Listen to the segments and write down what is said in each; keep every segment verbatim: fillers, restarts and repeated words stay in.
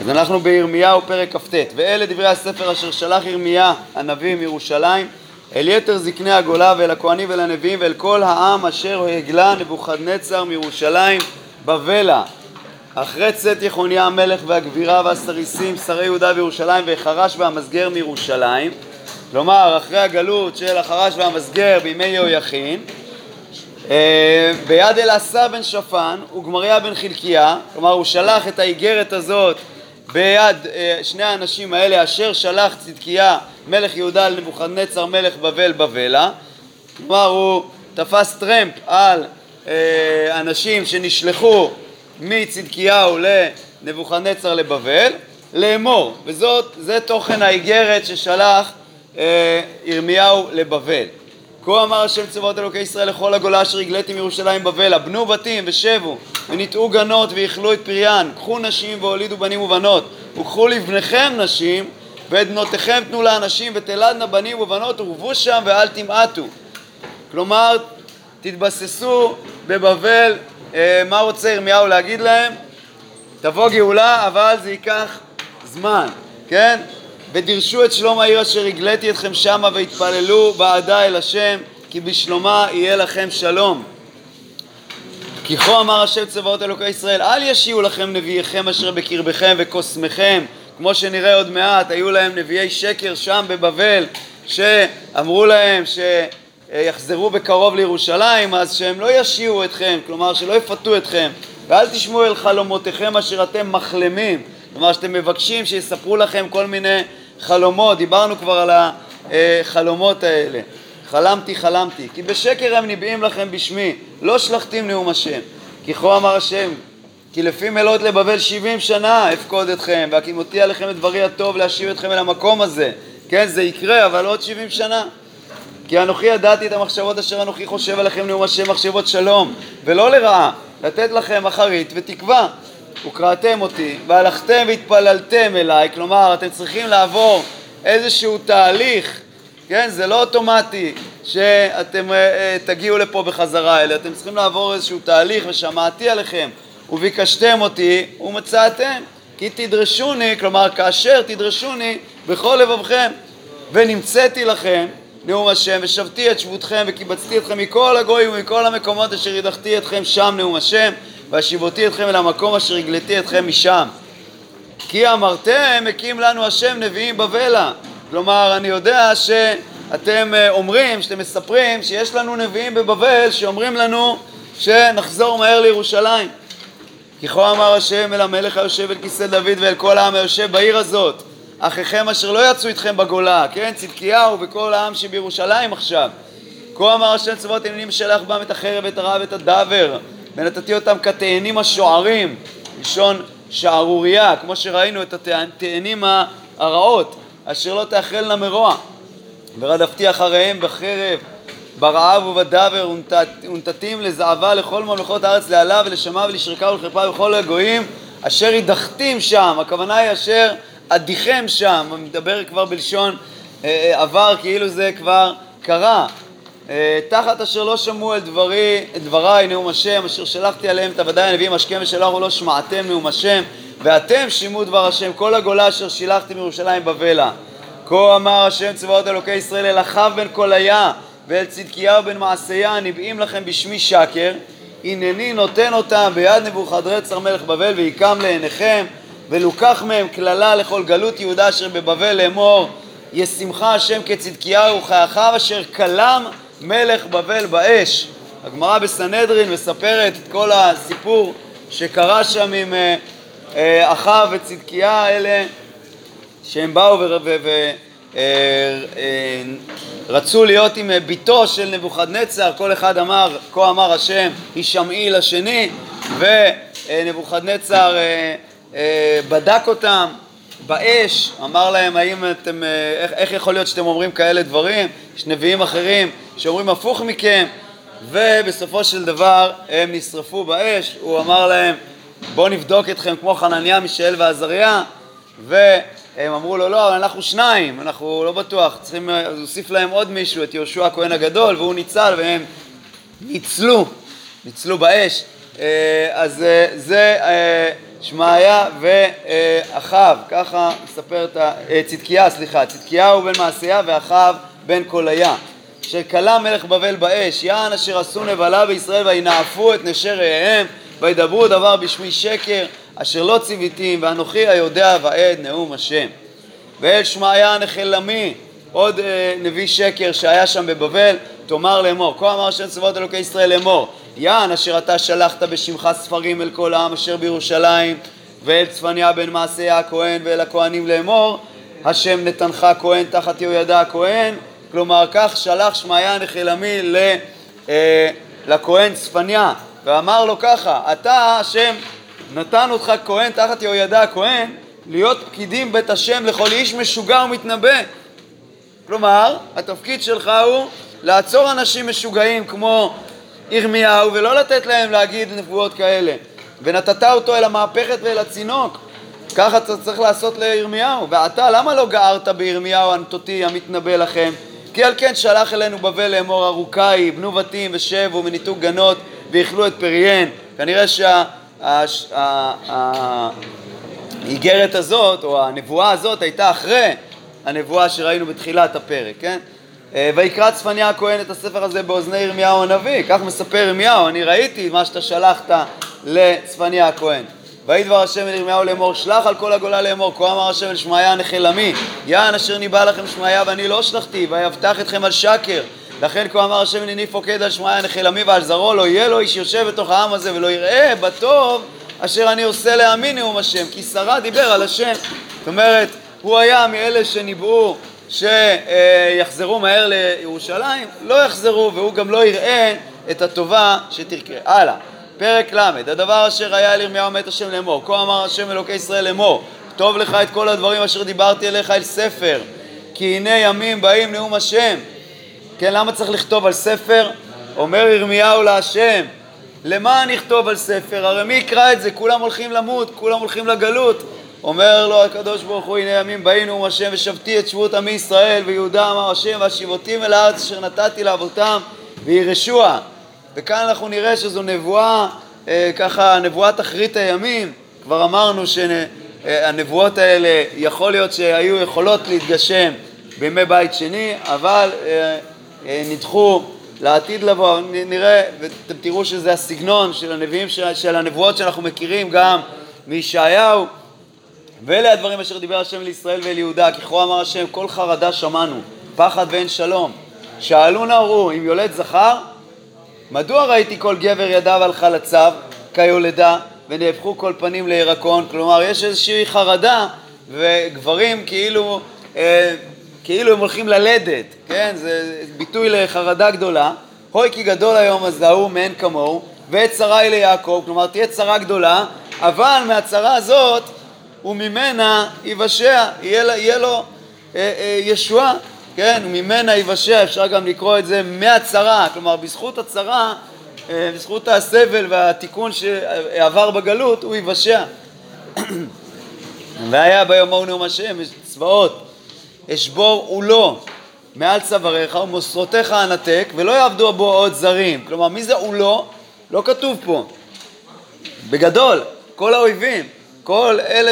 אז אנחנו בירמיהו פרק כ"ט. ואלה דברי הספר אשר שלח ירמיה הנביא מירושלים אל יתר זקני הגולה ואל הכהנים ואל הנביאים ואל כל העם אשר הגלה נבוכדנצר מירושלים בבלה אחרי צאת יחוניה המלך והגבירה והסריסים שרי יהודה וירושלים והחרש והמסגר מירושלים, כלומר אחרי הגלות של החרש והמסגר בימי יהויכין, ביד אלעשה בן שפן וגמריה בן חלקיה, כלומר הוא שלח את האיגרת הזאת ביד שני האנשים האלה אשר שלח צדקיה מלך יהודה לנבוכדנצר מלך בבל בבלה, כלומר הוא תפס טרמפ על אנשים שנשלחו מצדקיהו לנבוכדנצר לבבל לאמור, וזאת זה תוכן האיגרת ששלח אה, ירמיהו לבבל. כה אמר השם צבאות אלוקי ישראל לכל הגולה אשר הגליתי מירושלים בבלה, בנו בתים ושבו וניטעו גנות ויאכלו את פריין, קחו נשים והולידו בנים ובנות, וקחו לבניכם נשים ואת בנותיכם תנו לאנשים ותלדנה בנים ובנות ורבו שם ואל תמעטו. כלומר תתבססו בבבל. מה רוצה ירמיהו להגיד להם? תבוא גאולה אבל זה ייקח זמן, כן? ודרשו את שלום העיר אשר הגליתי אתכם שמה והתפללו בעדה אל השם כי בשלומה יהיה לכם שלום. כי כה אמר השם צבאות אלוקי ישראל אל ישיעו לכם נביאיכם אשר בקרבכם וקוסמכם, כמו שנראה עוד מעט היו להם נביאי שקר שם בבבל שאמרו להם ש יחזרו בקרוב לירושלים, אז שהם לא ישיעו אתכם, כלומר שלא יפתו אתכם, ואל תשמעו אל חלומותיכם אשר אתם מחלמים, כלומר שאתם מבקשים שיספרו לכם כל מיני חלומות. דיברנו כבר על החלומות האלה, חלמתי חלמתי כי בשקר הם ניבאים לכם בשמי, לא שלחתים נאום השם. כי כה אמר השם כי לפי מלאות לבבל שבעים שנה אפקוד אתכם והקימותי עליכם את דברי הטוב להשיב אתכם אל המקום הזה. כן, זה יקרה אבל עוד שבעים שנה. כי אנוכי ידעתי את המחשבות אשר אנוכי חושב עליכם נאום השם מחשבות שלום ולא לרעה, לתת לכם אחרית ותקווה. וקראתם אותי והלכתם והתפללתם אליי, כלומר אתם צריכים לעבור איזשהו תהליך, כן? זה לא אוטומטי שאתם uh, תגיעו לפה בחזרה, אלא אתם צריכים לעבור איזשהו תהליך. ושמעתי עליכם וביקשתם אותי ומצאתם כי תדרשוני, כלומר כאשר תדרשוני בכל לבבכם, ונמצאתי לכם נאום השם ושבתי את שבותכם וקיבצתי אתכם מכל הגויים ומכל המקומות אשר הדחתי אתכם שם נאום השם והשיבותי אתכם אל המקום אשר הגליתי אתכם משם. כי אמרתם הקים לנו השם נביאים בבלה, כלומר אני יודע שאתם אומרים, שאתם מספרים שיש לנו נביאים בבבל שאומרים לנו שנחזור מהר לירושלים. כי כה אמר השם אל המלך היושב אל כיסא דוד ואל כל העם היושב בעיר הזאת אחיכם אשר לא יצאו איתכם בגולה, כן, צדקיהו וכל העם שבירושלים עכשיו. כה אמר השם צבאות הנני משלח בם את החרב ואת הרעב ואת הדבר ונתתי אותם כתאנים השוערים, לשון שערוריה, כמו שראינו את התאנים הרעות אשר לא תאכלנה מרוע, ורדפתי אחריהם בחרב ברעב ובדבר ונתתים לזעבה לכל ממלכות הארץ לעלה ולשמה ולשרקה ולחרפה וכל הגויים אשר הדחתים שם, הכוונה היא אשר אדיכם שם, מדבר כבר בלשון אה, עבר כאילו זה כבר קרה, אה, תחת אשר לא שמעו אל דברי, דבריי נאום השם אשר שלחתי עליהם את עבדי הנביאים השכם ושלח ולא שמעתם נאום השם ואתם שימו דבר השם כל הגולה אשר שילחתי מירושלים בבלה. כה אמר השם צבאות אלוקי ישראל אל אחאב בן קוליה ואל צדקיהו בן מעשיה הנביאים לכם בשמי שקר, הנני נותן אותם ביד נבוכדנצר מלך בבל ויקם לעיניכם ולוקח מהם כללה לכל גלות יהודה אשר בבבל לאמור ישמחה השם כצדקיהו וכאחיו אשר כלם מלך בבל באש. הגמרא בסנהדרין מספרת את כל הסיפור שקרה שם עם אחאב וצדקיה האלה שהם באו ורצו להיות עם ביתו של נבוכדנצר, כל אחד אמר כה אמר השם הישמעי לשני, ונבוכדנצר בדק אותם באש, אמר להם האם אתם, איך, איך יכול להיות שאתם אומרים כאלה דברים? יש נביאים אחרים שאומרים הפוך מכם, ובסופו של דבר הם נשרפו באש. הוא אמר להם בואו נבדוק אתכם כמו חנניה מישאל ועזריה, והם אמרו לו לא, אבל אנחנו שניים, אנחנו לא בטוח, צריכים להוסיף להם עוד מישהו, את יהושע הכהן הגדול, והוא ניצל והם ניצלו ניצלו באש. אז זה שמעיה ואחיו, ככה מספר את ה... צדקיה, סליחה, צדקיהו בן מעשיה ואחיו בן קוליה. שכלה מלך בבל באש, יען אשר עשו נבלה בישראל וינאפו את נשר רעיהם וידברו דבר בשמי שקר אשר לא ציוויתים ואנוכי היודע ועד נאום השם. ואל שמעיה נחלמי, עוד אה, נביא שקר שהיה שם בבבל, תאמר לאמור, כה אמר השם צבאות אלוקי ישראל לאמור, יען אשר אתה שלחת בשמך ספרים אל כל העם אשר בירושלים ואל צפניה בן מעשיה הכהן ואל הכהנים לאמור, השם נתנך כהן תחת יהוידע הכהן. כלומר, כך שלח שמעיה נחלמי ל, אה, לכהן צפניה ואמר לו ככה, אתה השם נתן אותך כהן תחת יהוידע הכהן להיות פקידים בית השם לכל איש משוגע ומתנבא. כלומר, התפקיד שלך הוא לעצור אנשים משוגעים כמו ירמיהו ולא לתת להם להגיד נבואות כאלה. ונתת אותו אל המהפכת ואל הצינוק. ככה צריך לעשות לירמיהו. ואתה, למה לא גערת בירמיהו הנתותי המתנבא לכם? כי על כן שלח אלינו בבל לאמור ארוכאי, בנו בתים ושבו מניתוק גנות ויאכלו את פריהן. כנראה שהאיגרת הזאת או הנבואה הזאת הייתה אחרי הנבואה שראינו בתחילת הפרק, כן? ויקרא צפניה הכהן את הספר הזה באוזני ירמיהו הנביא, כך מספר ירמיהו, אני ראיתי מה שאתה שלחת לצפניה הכהן. ויהי דבר השם אל ירמיהו לאמור, שלח על כל הגולה לאמור, כה אמר השם אל שמעיה הנחלמי, יען אשר ניבא לכם שמעיה ואני לא שלחתי, ויבטח אתכם על שקר. לכן כה אמר השם הנני פוקד על שמעיה הנחלמי ועל זרעו, לא יהיה לו איש יושב בתוך העם הזה ולא יראה בטוב אשר אני עושה לעמי נאום השם, כי שרה דיבר על השם. זאת אומרת, הוא היה מאלה שניבאו שיחזרו מהר לירושלים, לא יחזרו, והוא גם לא יראה את הטובה שתרקה. הלאה, פרק למד, הדבר אשר היה אל ירמיהו מת השם לאמור, כה אמר השם אלוקי ישראל לאמור, כתוב לך את כל הדברים אשר דיברתי אליך אל ספר, כי הנה ימים באים נאום השם. כן, למה צריך לכתוב על ספר? אומר ירמיהו להשם, למה אני אכתוב על ספר? הרי מי יקרא את זה? כולם הולכים למות, כולם הולכים לגלות. אומר לו הקדוש ברוך הוא, הנה ימים באין נאום השם ושבתי את שבות עמי ישראל ויהודה אמר השם והשיבותים אל הארץ אשר נתתי לאבותם וירשוה. וכאן אנחנו נראה שזו נבואה, אה, ככה נבואת אחרית הימים. כבר אמרנו שהנבואות האלה יכול להיות שהיו יכולות להתגשם בימי בית שני, אבל אה, אה, נדחו לעתיד לבוא. נראה ואתם תראו שזה הסגנון של הנביאים של, של הנבואות שאנחנו מכירים גם מישעיהו. ואלה הדברים אשר דיבר השם לישראל ואל יהודה, כי כה אמר השם כל חרדה שמענו, פחד ואין שלום. שאלו נאמרו אם יולד זכר, מדוע ראיתי כל גבר ידיו על חלציו כיולדה ונהפכו כל פנים לירקון? כלומר יש איזושהי חרדה וגברים כאילו אה, כאילו הם הולכים ללדת, כן? זה ביטוי לחרדה גדולה. הוי כי גדול היום הזה הוא מאין כמוהו ואת צרה היא ליעקב, כלומר תהיה צרה גדולה, אבל מהצרה הזאת וממנה יבשע, יהיה, יהיה לו אה, אה, ישועה, כן? וממנה יבשע, אפשר גם לקרוא את זה מהצרה, כלומר בזכות הצרה, אה, בזכות הסבל והתיקון שעבר בגלות, הוא יבשע. והיה ביום ההוא נאום השם, צבאות, אשבור עולו מעל צוואריך ומוסרותיך אנתק, ולא יעבדו בו עוד זרים. כלומר, מי זה עולו? לא כתוב פה. בגדול, כל האויבים, כל אלה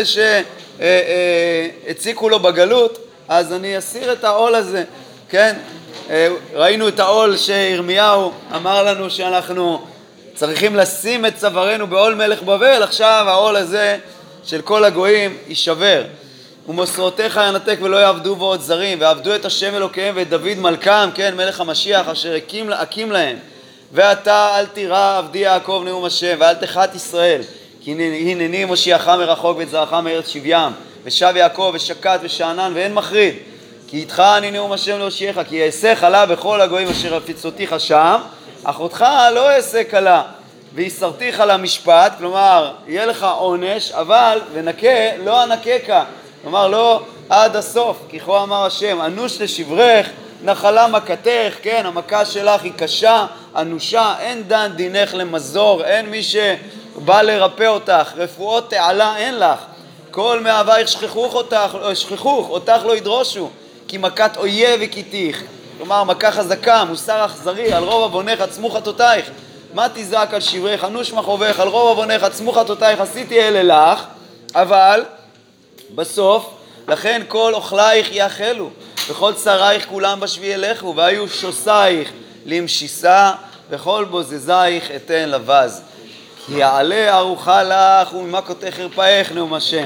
שהציקו לו בגלות, אז אני אסיר את העול הזה, כן? ראינו את העול שירמיהו אמר לנו שאנחנו צריכים לשים את צווארנו בעול מלך בבל, עכשיו העול הזה של כל הגויים יישבר. ומוסרותיך ינתק ולא יעבדו בו עוד זרים, ועבדו את השם אלוקיהם ואת דוד מלכם, כן, מלך המשיח אשר הקים, הקים להם. ואתה אל תירא עבדי יעקב נאום השם, ואל תחת ישראל, כי הנני מושיעך מרחוק ואת זרעך מארץ שבים, ושב יעקב ושקט ושאנן ואין מחריד, כי איתך אני נאום השם להושיעך, כי אעשה חלה בכל הגויים אשר הפיצותיך שם, אחותך לא אעשה קלה, ויסרתיך למשפט, כלומר יהיה לך עונש, אבל ונקה לא אנקקה, כלומר לא עד הסוף, כי כה אמר השם, אנוש לשברך, נחלה מכתך, כן, המכה שלך היא קשה, אנושה, אין דן דינך למזור, אין מי שבא לרפא אותך, רפואות תעלה אין לך, כל מאהבייך שכחוך אותך, שכחוך, אותך לא ידרושו, כי מכת אויב הכיתיך, כלומר מכה חזקה, מוסר אכזרי, על רוב אבונך עצמו חטאותייך, מה תזעק על שבריך, נוש מחובך, על רוב עוונך, עצמו חטאותייך, עשיתי אלה לך, אבל בסוף, לכן כל אוכלייך יאכלו, וכל צריך כולם בשבי ילכו, והיו שוסייך למשיסה, וכל בוזזייך אתן לבז. כי יעלה ארוחה לך, וממכותך חרפאך נאום השם.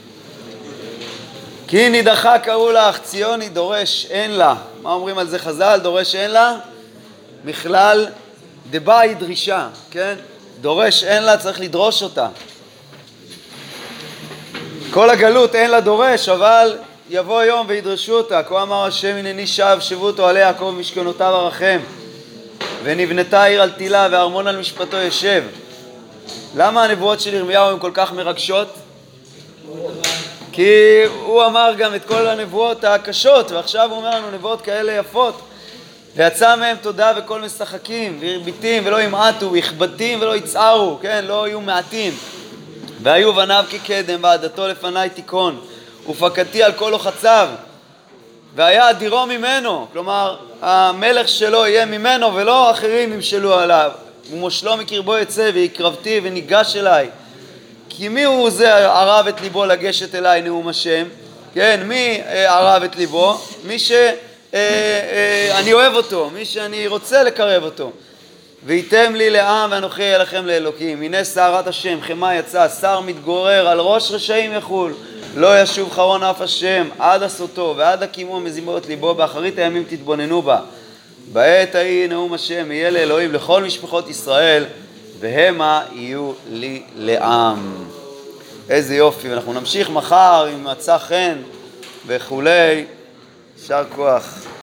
כי נידחה קראו לך, ציוני דורש אין לה. מה אומרים על זה חז"ל? דורש אין לה? מכלל דבא היא דרישה, כן? דורש אין לה, צריך לדרוש אותה. כל הגלות אין לה דורש, אבל יבוא יום וידרשו אותה. כה אמר השם הנני שב, שבו אותו עלי יעקב משכנותיו הרחם. ונבנתה עיר על תילה וארמון על משפטו ישב. למה הנבואות של ירמיהו הן כל כך מרגשות? כי הוא אמר גם את כל הנבואות הקשות, ועכשיו הוא אומר לנו נבואות כאלה יפות. ויצא מהם תודה וכל משחקים, והרביטים ולא ימעטו, ויכבדים ולא יצערו, כן? לא יהיו מעטים. והיו בניו כקדם, ועדתו לפני תיקון, ופקתי על כל לוחציו, והיה אדירו ממנו, כלומר, המלך שלו יהיה ממנו, ולא אחרים ימשלו עליו. ומושלו מקרבו יצא, ויקרבתי וניגש אליי. כי מי הוא זה ערב את ליבו לגשת אליי, נאום השם? כן, מי ערב את ליבו? מי שאני אוהב אותו, מי שאני רוצה לקרב אותו. ויתם לי לעם ואנוכי אהיה לכם לאלוקים. הנה סערת השם, חמה יצא, שר מתגורר, על ראש רשעים יחול. לא ישוב חרון אף השם, עד עשותו ועד הקימו מזימות ליבו, באחרית הימים תתבוננו בה. בעת ההיא נאום השם יהיה לאלוהים לכל משפחות ישראל, והמה יהיו לי לעם. איזה יופי, ואנחנו נמשיך מחר עם מצא חן וכולי. שר כוח.